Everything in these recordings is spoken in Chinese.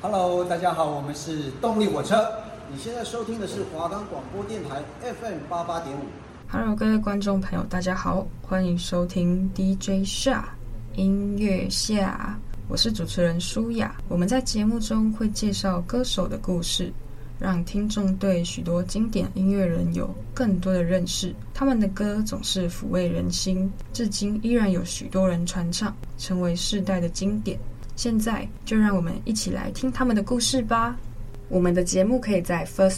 Hello， 大家好，我们是动力火车。你现在收听的是华冈广播电台 FM88.5。 Hello， 各位观众朋友，大家好，欢迎收听 DJ 夏音乐夏，我是主持人舒雅。我们在节目中会介绍歌手的故事，让听众对许多经典音乐人有更多的认识。他们的歌总是抚慰人心，至今依然有许多人传唱，成为世代的经典。现在就让我们一起来听他们的故事吧。我们的节目可以在 First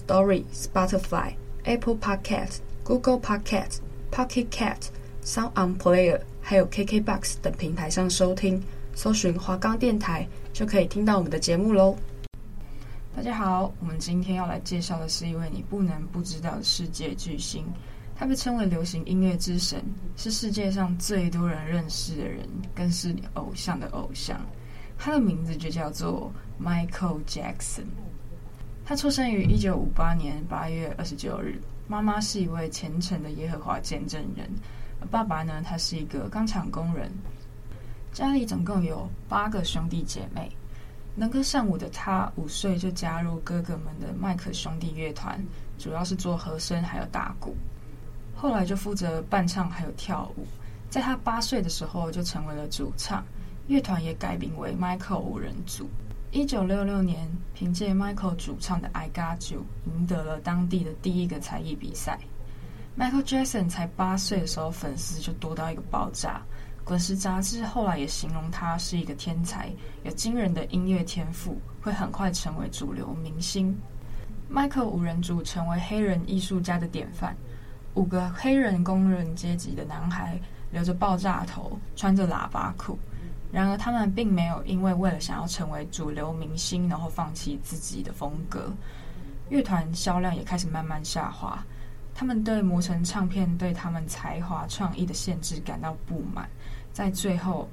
Story、Spotify、Apple Podcast、Google Podcast、Pocket Cast、Sound On Player 还有 KKBOX 等平台上收听，搜寻华冈电台就可以听到我们的节目咯。大家好，我们今天要来介绍的是一位你不能不知道的世界巨星，他被称为流行音乐之神，是世界上最多人认识的人，更是你偶像的偶像。他的名字就叫做 Michael Jackson。 他出生于1958年8月29日，妈妈是一位虔诚的耶和华见证人，而爸爸呢，他是一个钢厂工人。家里总共有8个兄弟姐妹。能歌善舞的他5岁就加入哥哥们的麦克兄弟乐团，主要是做和声还有打鼓，后来就负责伴唱还有跳舞。在他8岁的时候就成为了主唱，乐团也改名为 Michael 5人组。1966年，凭借 Michael 主唱的 I Got You 赢得了当地的第一个才艺比赛。Michael Jackson 才8岁的时候，粉丝就多到一个爆炸。滚石杂志后来也形容他是一个天才，有惊人的音乐天赋，会很快成为主流明星。Michael 5人组成为黑人艺术家的典范。5个黑人工人阶级的男孩留着爆炸头，穿着喇叭裤。然而他们并没有因为了想要成为主流明星然后放弃自己的风格，乐团销量也开始慢慢下滑。他们对魔城唱片对他们才华创意的限制感到不满，在最后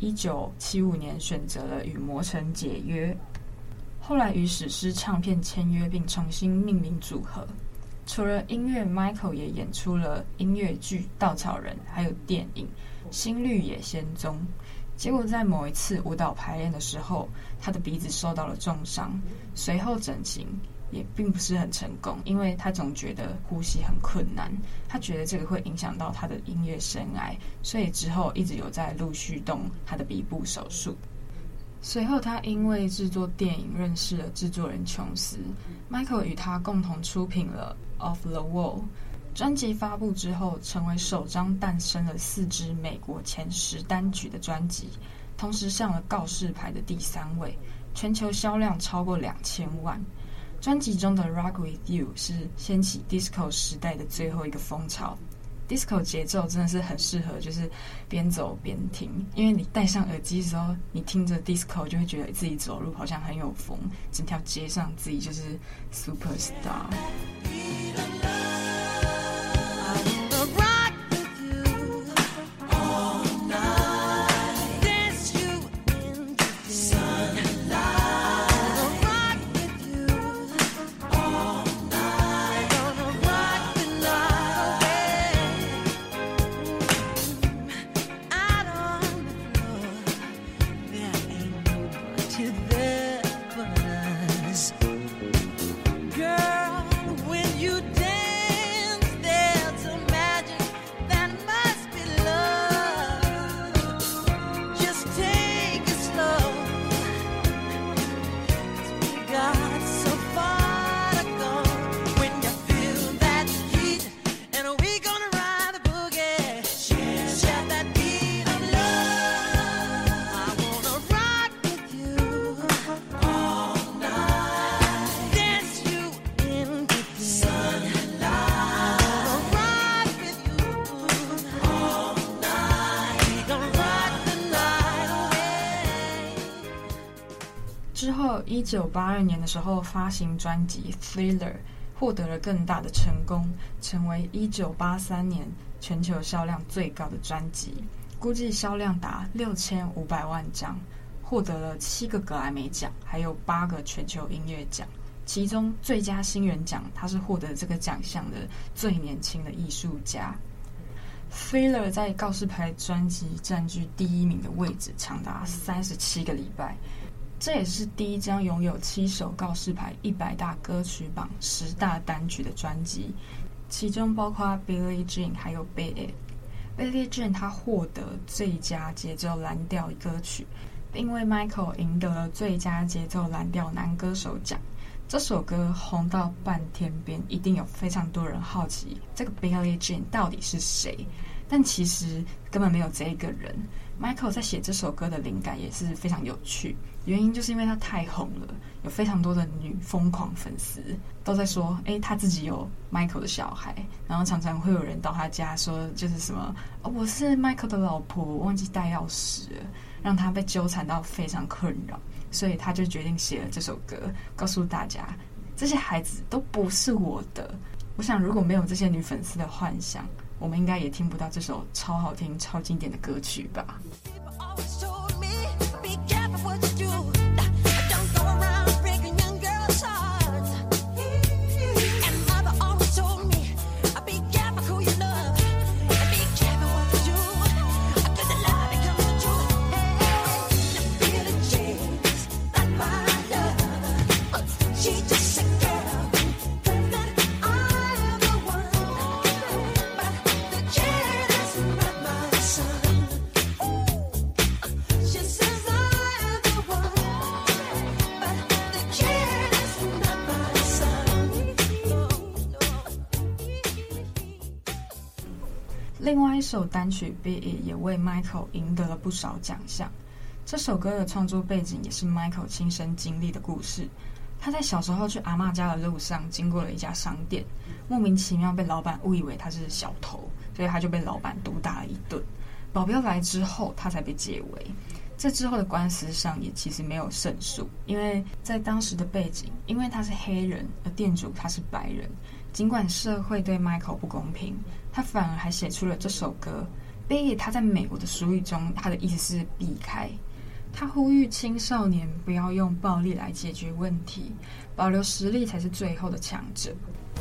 1975年选择了与魔城解约，后来与史诗唱片签约并重新命名组合。除了音乐， Michael 也演出了音乐剧《稻草人》还有电影《新绿野仙踪》。结果在某一次舞蹈排练的时候，他的鼻子受到了重伤，随后整形也并不是很成功，因为他总觉得呼吸很困难，他觉得这个会影响到他的音乐生涯，所以之后一直有在陆续动他的鼻部手术。随后他因为制作电影认识了制作人琼斯， Michael 与他共同出品了 Off the Wall。 专辑发布之后，成为首张诞生了4支美国前10单曲的专辑，同时上了告示牌的第3位，全球销量超过2000万。专辑中的 Rock With You 是掀起 Disco 时代的最后一个风潮。Disco 节奏真的是很适合就是边走边听，因为你戴上耳机的时候，你听着 Disco 就会觉得自己走路好像很有风，整条街上自己就是 Superstar。之后1982年的时候发行专辑 Thriller， 获得了更大的成功，成为1983年全球销量最高的专辑，估计销量达6500万张，获得了7个格莱美奖，还有8个全球音乐奖。其中最佳新人奖，他是获得这个奖项的最年轻的艺术家。Thriller 在告示牌专辑占据第1名的位置长达37个礼拜， 这也是第一张拥有7首告示牌100大歌曲榜10大单曲的专辑，其中包括 Billie Jean 还有 Beat It。Billie Jean 他获得最佳节奏蓝调歌曲，并为 Michael 赢得了最佳节奏蓝调男歌手奖。这首歌红到半天边，一定有非常多人好奇这个 Billie Jean 到底是谁，但其实根本没有这一个人。Michael 在写这首歌的灵感也是非常有趣，原因就是因为他太红了，有非常多的女疯狂粉丝都在说他自己有 Michael 的小孩，然后常常会有人到他家说就是什么我是 Michael 的老婆，我忘记带钥匙了，让他被纠缠到非常困扰，所以他就决定写了这首歌，告诉大家这些孩子都不是我的。我想如果没有这些女粉丝的幻想，我们应该也听不到这首超好听超经典的歌曲吧。另外一首单曲 Beat It 也为 Michael 赢得了不少奖项。这首歌的创作背景也是 Michael 亲身经历的故事。他在小时候去阿嬷家的路上，经过了一家商店，莫名其妙被老板误以为他是小偷，所以他就被老板毒打了一顿。保镖来之后，他才被解围。在之后的官司上也其实没有胜诉，因为在当时的背景，因为他是黑人，而店主他是白人，尽管社会对 Michael 不公平，他反而还写出了这首歌。Beat It 他在美国的俗语中，他的意思是避开。他呼吁青少年不要用暴力来解决问题，保留实力才是最后的强者。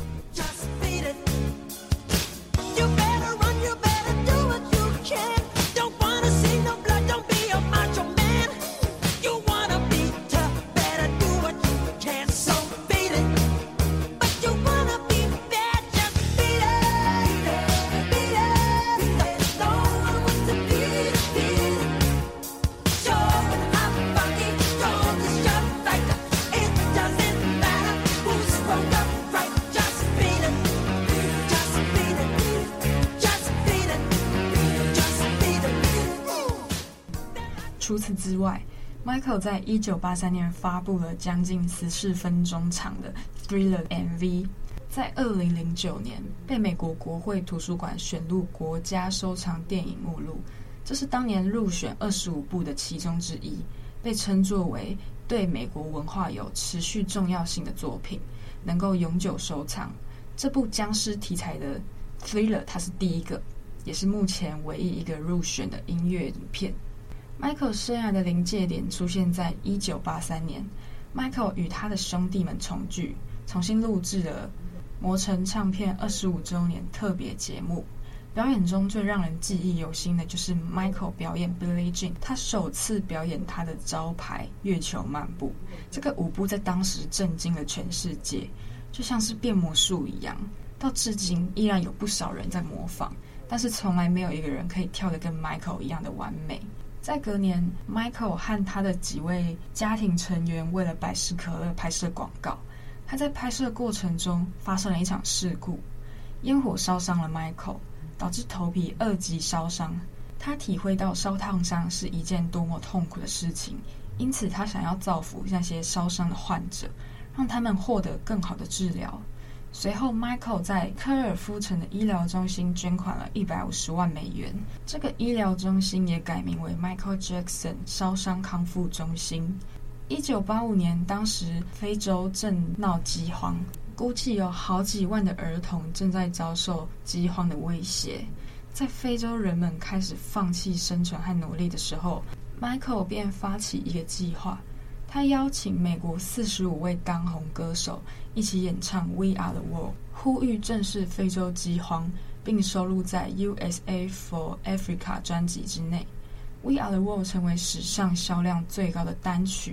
除此之外， Michael 在1983年发布了将近14分钟长的 Thriller MV， 在2009年被美国国会图书馆选入国家收藏电影目录，这是当年入选25部的其中之一，被称作为对美国文化有持续重要性的作品，能够永久收藏。这部僵尸题材的 Thriller 它是第一个，也是目前唯一一个入选的音乐影片。Michael 生涯的临界点出现在1983年， Michael 与他的兄弟们重聚，重新录制了魔城唱片25周年特别节目。表演中最让人记忆犹新的就是 Michael 表演 Billie Jean， 他首次表演他的招牌月球漫步。这个舞步在当时震惊了全世界，就像是变魔术一样，到至今依然有不少人在模仿，但是从来没有一个人可以跳得跟 Michael 一样的完美。在隔年， Michael 和他的几位家庭成员为了百事可乐拍摄广告，他在拍摄过程中发生了一场事故，烟火烧伤了 Michael， 导致头皮2级烧伤。他体会到烧烫伤是一件多么痛苦的事情，因此他想要造福那些烧伤的患者，让他们获得更好的治疗。随后 Michael 在科尔夫城的医疗中心捐款了150万美元，这个医疗中心也改名为 Michael Jackson 烧伤康复中心。1985年，当时非洲正闹饥荒，估计有好几万的儿童正在遭受饥荒的威胁。在非洲人们开始放弃生存和努力的时候， Michael 便发起一个计划，他邀请美国45位当红歌手一起演唱 We Are the World， 呼吁正视非洲饥荒，并收录在 USA for Africa 专辑之内。 We Are the World 成为史上销量最高的单曲，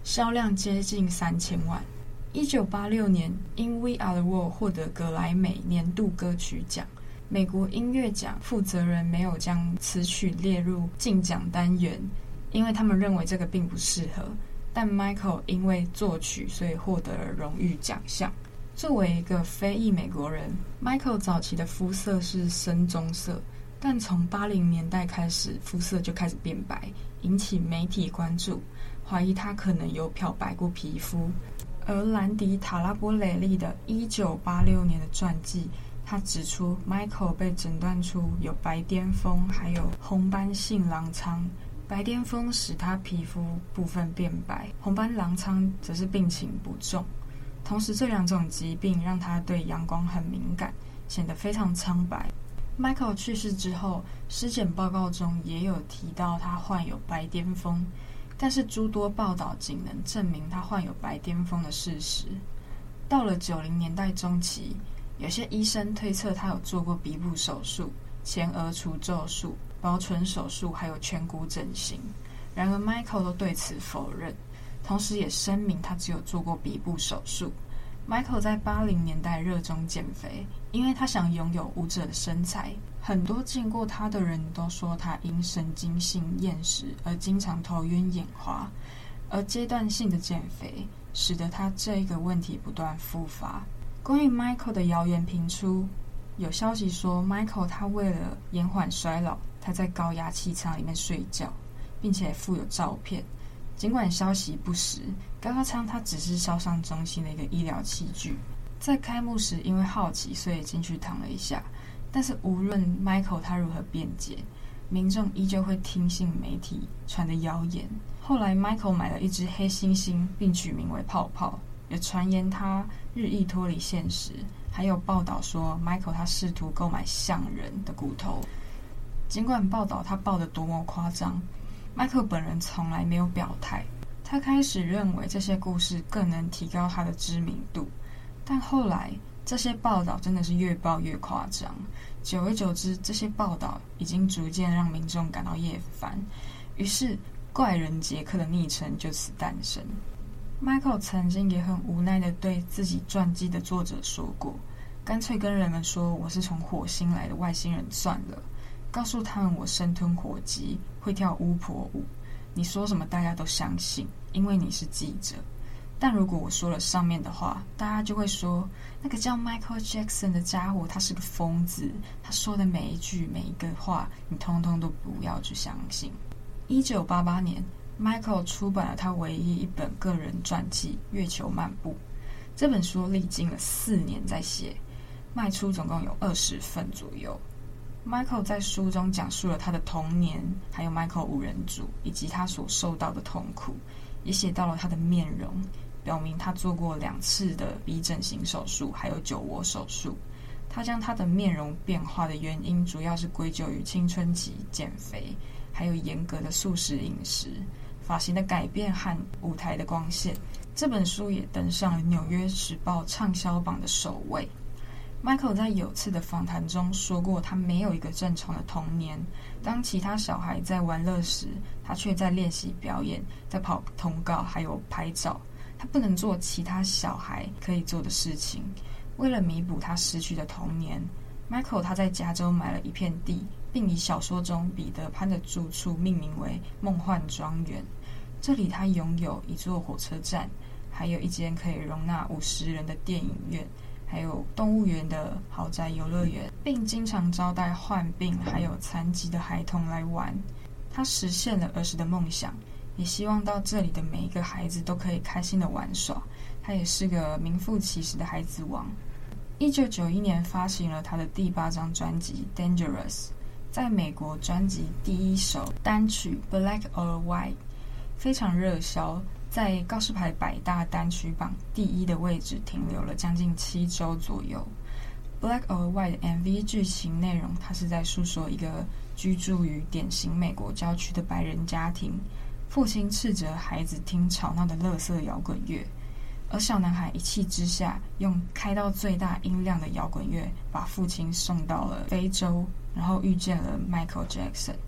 销量接近3000万。1986年因《We Are the World》获得格莱美年度歌曲奖，美国音乐奖负责人没有将此曲列入竞奖单元，因为他们认为这个并不适合。但 Michael 因为作曲，所以获得了荣誉奖项。作为一个非裔美国人， Michael 早期的肤色是深棕色，但从80年代开始，肤色就开始变白，引起媒体关注，怀疑他可能有漂白过皮肤。而兰迪·塔拉波雷利的1986年的传记，他指出 Michael 被诊断出有白癜风，还有红斑性狼疮。白癜风使他皮肤部分变白，红斑狼疮则是病情不重。同时这2种疾病让他对阳光很敏感，显得非常苍白。Michael 去世之后，尸检报告中也有提到他患有白癜风，但是诸多报道仅能证明他患有白癜风的事实。到了90年代中期，有些医生推测他有做过鼻部手术、前额除皱术、薄唇手术，还有颧骨整形。然而 Michael 都对此否认，同时也声明他只有做过鼻部手术。Michael 在80年代热衷减肥，因为他想拥有舞者的身材。很多见过他的人都说他因神经性厌食而经常头晕眼花，而阶段性的减肥使得他这一个问题不断复发。关于 Michael 的谣言频出，有消息说 Michael 他为了延缓衰老，他在高压气舱里面睡觉，并且附有照片。尽管消息不实，高压舱它只是烧伤中心的一个医疗器具。在开幕时因为好奇，所以进去躺了一下，但是无论 Michael 他如何辩解，民众依旧会听信媒体传的谣言。后来 Michael 买了一只黑猩猩，并取名为泡泡，也传言他日益脱离现实，还有报道说 Michael 他试图购买象人的骨头。尽管报道他报得多么夸张， Michael 本人从来没有表态。他开始认为这些故事更能提高他的知名度，但后来这些报道真的是越报越夸张，久而久之，这些报道已经逐渐让民众感到厌烦，于是怪人杰克的昵称就此诞生。 Michael 曾经也很无奈地对自己传记的作者说过，干脆跟人们说我是从火星来的外星人算了，告诉他们我生吞活鸡，会跳巫婆舞，你说什么大家都相信，因为你是记者。但如果我说了上面的话，大家就会说那个叫 Michael Jackson 的家伙他是个疯子，他说的每一句每一个话你通通都不要去相信。1988年 Michael 出版了他唯一一本个人传记《月球漫步》，这本书历经了4年在写，卖出总共有20份左右。Michael 在书中讲述了他的童年，还有 Michael 五人组以及他所受到的痛苦，也写到了他的面容，表明他做过2次的鼻整形手术，还有酒窝手术。他将他的面容变化的原因主要是归咎于青春期减肥，还有严格的素食饮食、发型的改变和舞台的光线。这本书也登上了《纽约时报》畅销榜的首位。Michael 在有次的访谈中说过，他没有一个正常的童年。当其他小孩在玩乐时，他却在练习表演，在跑通告，还有拍照。他不能做其他小孩可以做的事情。为了弥补他失去的童年， Michael 他在加州买了一片地，并以小说中彼得潘的住处命名为梦幻庄园。这里他拥有一座火车站，还有一间可以容纳50人的电影院，还有动物园的豪宅游乐园，并经常招待患病还有残疾的孩童来玩。他实现了儿时的梦想，也希望到这里的每一个孩子都可以开心的玩耍。他也是个名副其实的孩子王。1991年发行了他的第8张专辑 Dangerous， 在美国专辑第1首单曲 Black or White 非常热销，在告示牌100大单曲榜第1的位置停留了将近7周左右。 Black or White 的 MV 剧情内容，它是在诉说一个居住于典型美国郊区的白人家庭，父亲斥责孩子听吵闹的垃圾摇滚乐，而小男孩一气之下用开到最大音量的摇滚乐把父亲送到了非洲，然后遇见了 Michael Jackson。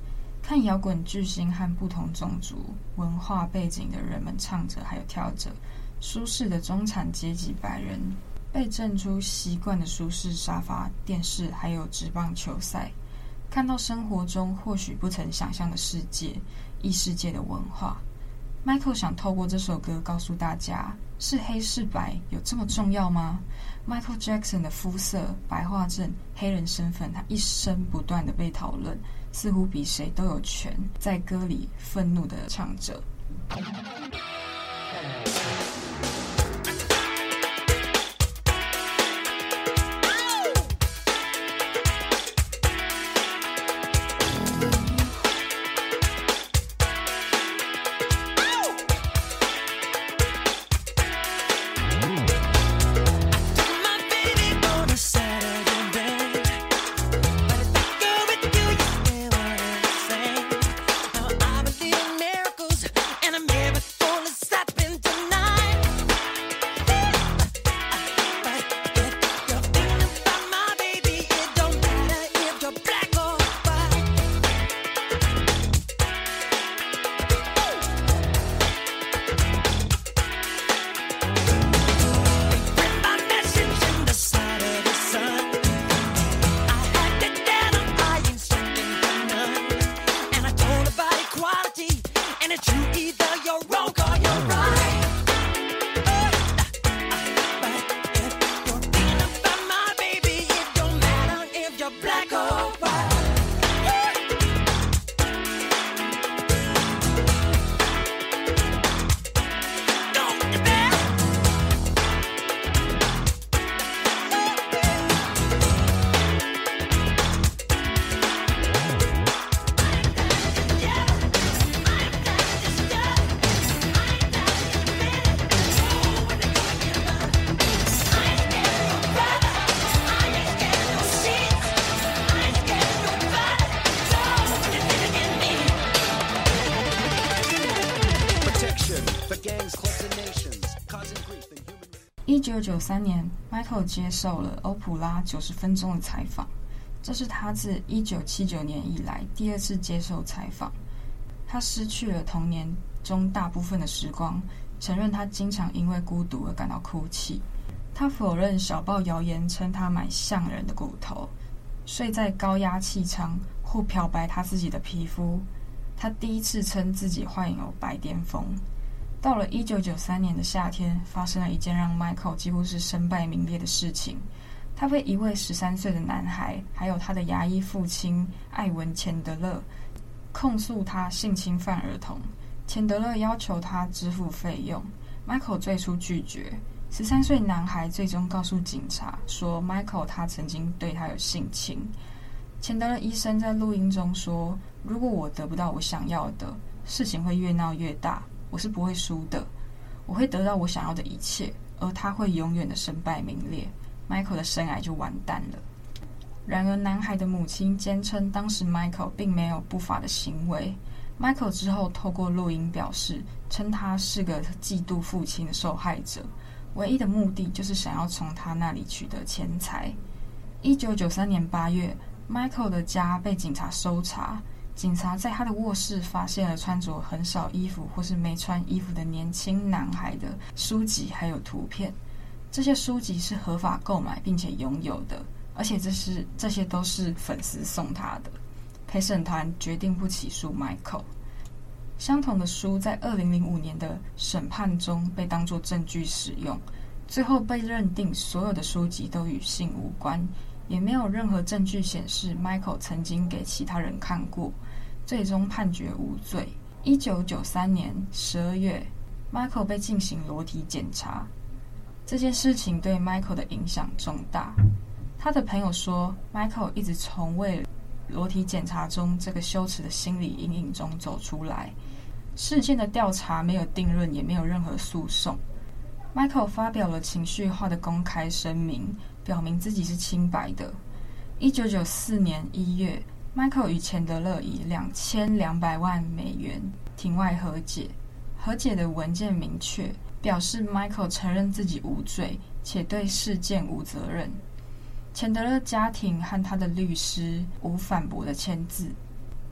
看摇滚巨星和不同种族文化背景的人们唱着还有跳着，舒适的中产阶级白人被震出习惯的舒适沙发、电视还有职棒球赛，看到生活中或许不曾想象的世界、异世界的文化。Michael 想透过这首歌告诉大家，是黑是白有这么重要吗？ Michael Jackson 的肤色、白化症、黑人身份，他一生不断的被讨论，似乎比谁都有权，在歌里愤怒的唱着。1993年 Michael 接受了欧普拉90分钟的采访，这是他自1979年以来第二次接受采访。他失去了童年中大部分的时光，承认他经常因为孤独而感到哭泣。他否认小报谣言称他买象人的骨头，睡在高压气舱或漂白他自己的皮肤。他第一次称自己患有白癜风。到了1993年的夏天，发生了一件让 Michael 几乎是身败名裂的事情。他被一位13岁的男孩，还有他的牙医父亲艾文·钱德勒控诉他性侵犯儿童。钱德勒要求他支付费用， Michael 最初拒绝。13岁男孩最终告诉警察说 Michael 他曾经对他有性侵。钱德勒医生在录音中说，如果我得不到我想要的，事情会越闹越大，我是不会输的，我会得到我想要的一切，而他会永远的身败名裂， Michael 的生涯就完蛋了。然而男孩的母亲坚称当时 Michael 并没有不法的行为。 Michael 之后透过录音表示，称他是个嫉妒父亲的受害者，唯一的目的就是想要从他那里取得钱财。1993年8月 Michael 的家被警察搜查，警察在他的卧室发现了穿着很少衣服或是没穿衣服的年轻男孩的书籍还有图片。这些书籍是合法购买并且拥有的，而且这些都是粉丝送他的。陪审团决定不起诉 Michael。 相同的书在2005年的审判中被当作证据使用，最后被认定所有的书籍都与性无关，也没有任何证据显示 Michael 曾经给其他人看过，最终判决无罪。1993年12月 Michael 被进行裸体检查，这件事情对 Michael 的影响重大。他的朋友说 Michael 一直从未裸体检查中这个羞耻的心理阴影中走出来。事件的调查没有定论，也没有任何诉讼。 Michael 发表了情绪化的公开声明，表明自己是清白的。1994年1月 Michael 与钱德勒以$2200万庭外和解。和解的文件明确表示 Michael 承认自己无罪，且对事件无责任。钱德勒家庭和他的律师无反驳的签字。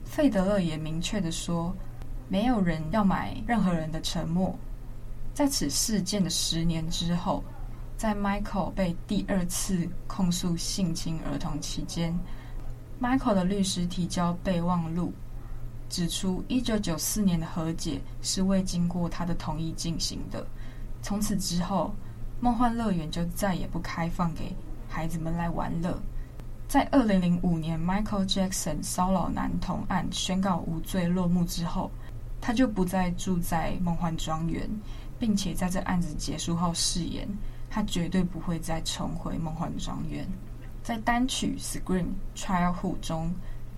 费德勒也明确地说，没有人要买任何人的沉默。在此事件的10年之后，在 Michael 被第2次控诉性侵儿童期间， Michael 的律师提交备忘录，指出1994年的和解是未经过他的同意进行的。从此之后，梦幻乐园就再也不开放给孩子们来玩乐。在2005年 Michael Jackson 骚扰男童案宣告无罪落幕之后，他就不再住在梦幻庄园，并且在这案子结束后誓言，他绝对不会再重回梦幻庄园。在单曲 Scream Childhood 中，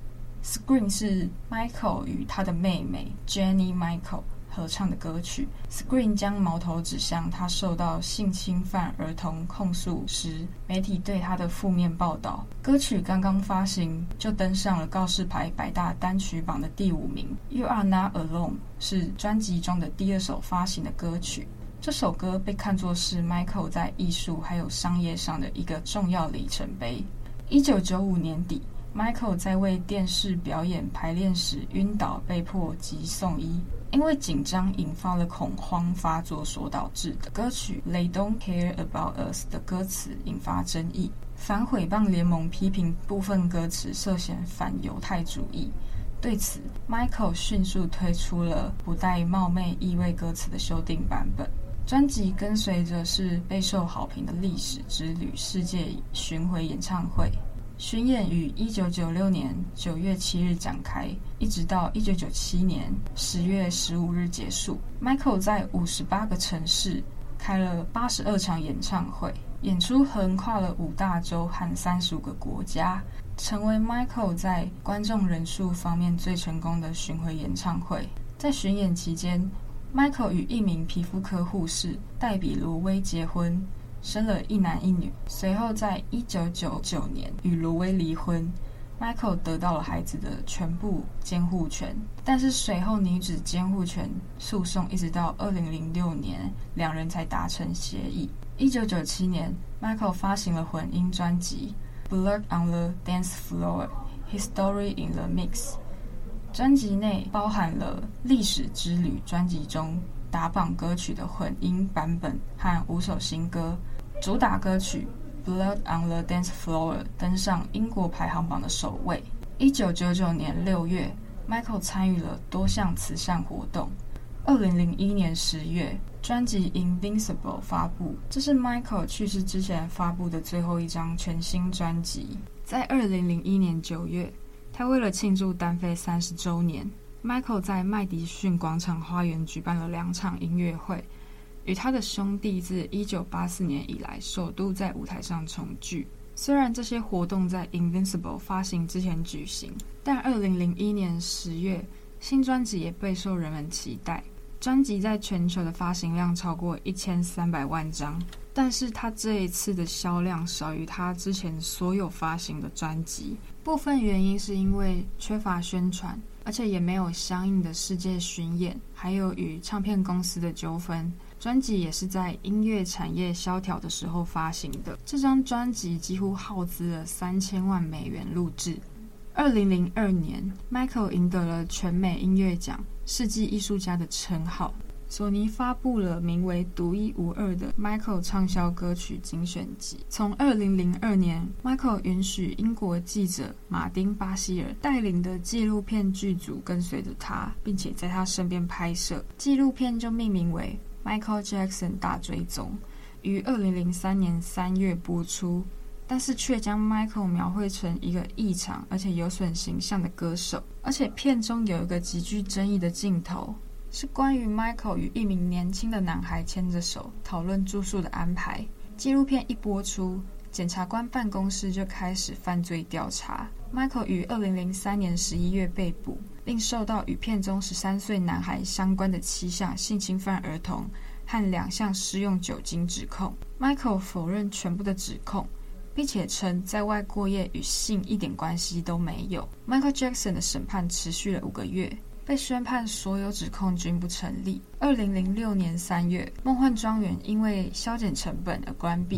Scream 是 Michael 与他的妹妹 Jenny Michael 合唱的歌曲。 Scream 将矛头指向他受到性侵犯儿童控诉时媒体对他的负面报道。歌曲刚刚发行就登上了告示牌100大单曲榜的第5名。 You Are Not Alone 是专辑中的第2首发行的歌曲。这首歌被看作是 Michael 在艺术还有商业上的一个重要里程碑。1995年底， Michael 在为电视表演排练时晕倒，被迫急送医。因为紧张引发了恐慌发作所导致的。歌曲 They Don't Care About Us 的歌词引发争议，反诽谤联盟批评部分歌词涉嫌反犹太主义。对此 Michael 迅速推出了不带冒昧意味歌词的修订版本。专辑跟随着是备受好评的历史之旅世界巡回演唱会，巡演于1996年9月7日展开，一直到1997年10月15日结束。 Michael 在58个城市开了82场演唱会，演出横跨了5大洲和35个国家，成为 Michael 在观众人数方面最成功的巡回演唱会。在巡演期间， Michael 与一名皮肤科护士黛比卢威结婚，生了1男1女。随后在1999年与卢威离婚， Michael 得到了孩子的全部监护权。但是随后女子监护权诉讼一直到2006年两人才达成协议。1997年 Michael 发行了混音专辑 Blood on the Dance Floor History in the Mix， 专辑内包含了历史之旅专辑中打榜歌曲的混音版本和5首新歌。主打歌曲 Blood on the Dance Floor 登上英国排行榜的首位。1999年6月 Michael 参与了多项慈善活动。2001年10月专辑 Invincible 发布，这是 Michael 去世之前发布的最后一张全新专辑。在2001年9月，他为了庆祝单飞30周年， Michael 在麦迪逊广场花园举办了2场音乐会，与他的兄弟自1984年以来首度在舞台上重聚。虽然这些活动在 Invincible 发行之前举行，但2001年10月新专辑也备受人们期待。专辑在全球的发行量超过1300万张，但是他这一次的销量少于他之前所有发行的专辑。部分原因是因为缺乏宣传，而且也没有相应的世界巡演，还有与唱片公司的纠纷。专辑也是在音乐产业萧条的时候发行的。这张专辑几乎耗资了3000万美元录制。2002年 Michael 赢得了全美音乐奖世纪艺术家的称号。索尼发布了名为独一无二的 Michael 畅销歌曲精选集。从2002年 Michael 允许英国记者马丁巴希尔带领的纪录片剧组跟随着他，并且在他身边拍摄。纪录片就命名为 Michael Jackson 大追踪，于2003年3月播出，但是却将 Michael 描绘成一个异常而且有损形象的歌手。而且片中有一个极具争议的镜头，是关于 Michael 与一名年轻的男孩牵着手讨论住宿的安排。纪录片一播出，检察官办公室就开始犯罪调查。Michael 于2003年11月被捕，并受到与片中13岁男孩相关的7项性侵犯儿童和2项施用酒精指控。Michael 否认全部的指控，并且称在外过夜与性一点关系都没有。Michael Jackson 的审判持续了5个月，被宣判所有指控均不成立。2006年3月，梦幻庄园因为削减成本而关闭。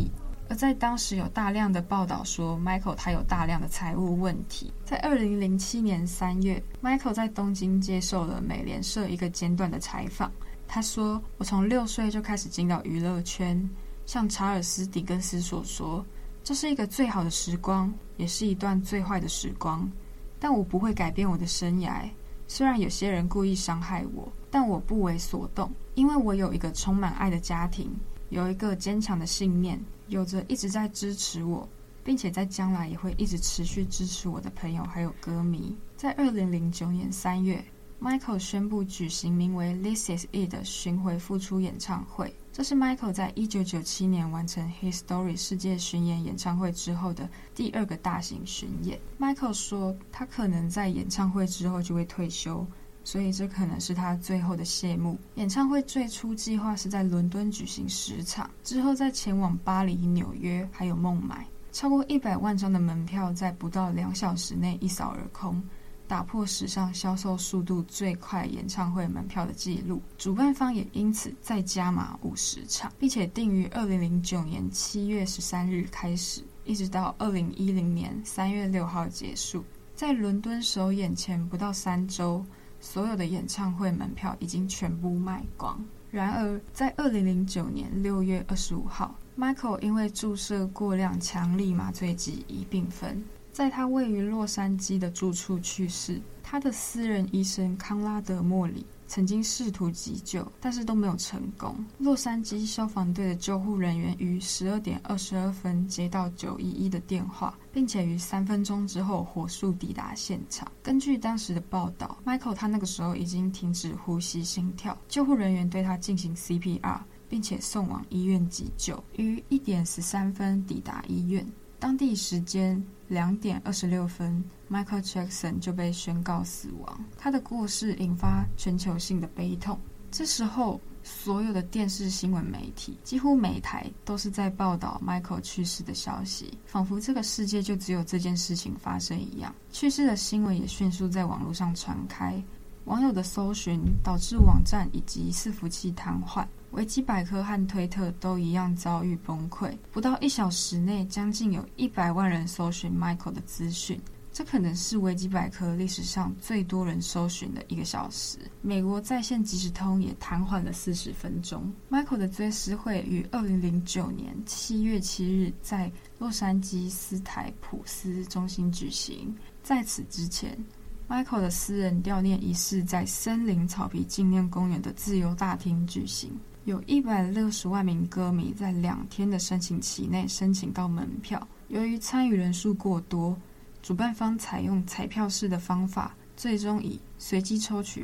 而在当时有大量的报道说 Michael 他有大量的财务问题。在2007年3月 Michael 在东京接受了美联社一个简短的采访，他说，我从6岁就开始进到娱乐圈，像查尔斯·狄更斯所说，这是一个最好的时光，也是一段最坏的时光，但我不会改变我的生涯。虽然有些人故意伤害我，但我不为所动，因为我有一个充满爱的家庭，有一个坚强的信念，有着一直在支持我，并且在将来也会一直持续支持我的朋友还有歌迷。在2009年3月 Michael 宣布举行名为 This Is It 的巡回复出演唱会，这是 Michael 在1997年完成 His Story 世界巡演演唱会之后的第2个大型巡演。 Michael 说他可能在演唱会之后就会退休，所以这可能是他最后的谢幕。演唱会最初计划是在伦敦举行10场，之后再前往巴黎、纽约还有孟买，超过100万张的门票在不到2小时内一扫而空，打破史上销售速度最快演唱会门票的纪录。主办方也因此再加码50场，并且定于2009年7月13日开始，一直到2010年3月6号结束。在伦敦首演前不到3周，所有的演唱会门票已经全部卖光。然而在2009年6月25号 Michael 因为注射过量强力麻醉剂疑并分，在他位于洛杉矶的住处去世。他的私人医生康拉德·莫里曾经试图急救，但是都没有成功。洛杉矶消防队的救护人员于12点22分接到911的电话，并且于3分钟之后火速抵达现场。根据当时的报道， Michael 他那个时候已经停止呼吸心跳，救护人员对他进行 CPR， 并且送往医院急救，于1点13分抵达医院。当地时间2点26分 Michael Jackson 就被宣告死亡。他的过世引发全球性的悲痛。这时候所有的电视新闻媒体几乎每台都是在报道 Michael 去世的消息，仿佛这个世界就只有这件事情发生一样。去世的新闻也迅速在网络上传开，网友的搜寻导致网站以及伺服器瘫痪，维基百科和推特都一样遭遇崩溃。不到1小时内，将近有100万人搜寻 Michael 的资讯，这可能是维基百科历史上最多人搜寻的1个小时。美国在线即时通也瘫痪了40分钟。Michael 的追思会于2009年7月7日在洛杉矶斯台普斯中心举行。在此之前，Michael 的私人悼念仪式在森林草皮纪念公园的自由大厅举行，有160万名歌迷在2天的申请期内申请到门票。由于参与人数过多，主办方采用彩票式的方法，最终以随机抽取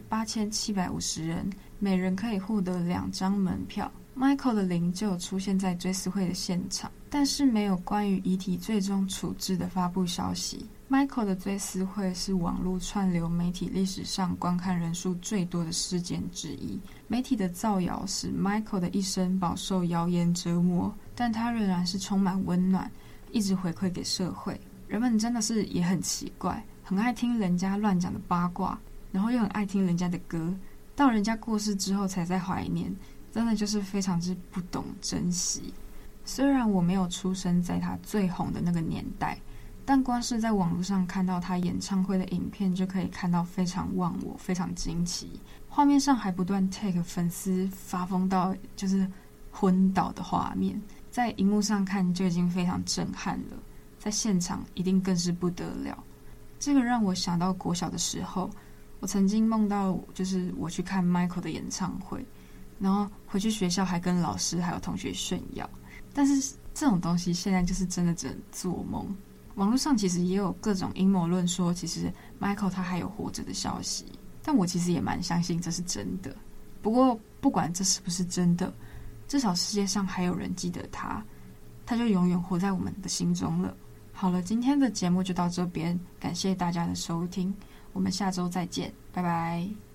8750人，每人可以获得2张门票。Michael 的灵柩出现在追思会的现场，但是没有关于遗体最终处置的发布消息。Michael 的追思会是网络串流媒体历史上观看人数最多的事件之一。媒体的造谣使 Michael 的一生饱受谣言折磨，但他仍然是充满温暖，一直回馈给社会。人们真的是也很奇怪，很爱听人家乱讲的八卦，然后又很爱听人家的歌，到人家过世之后才在怀念，真的就是非常之不懂珍惜。虽然我没有出生在他最红的那个年代，但光是在网络上看到他演唱会的影片，就可以看到非常忘我，非常惊奇。画面上还不断 take 粉丝发疯到就是昏倒的画面，在荧幕上看就已经非常震撼了，在现场一定更是不得了。这个让我想到国小的时候，我曾经梦到就是我去看 Michael 的演唱会，然后回去学校还跟老师还有同学炫耀。但是这种东西现在就是真的只能做梦。网络上其实也有各种阴谋论说其实 Michael 他还有活着的消息，但我其实也蛮相信这是真的。不过不管这是不是真的，至少世界上还有人记得他，他就永远活在我们的心中了。好了，今天的节目就到这边，感谢大家的收听，我们下周再见，拜拜。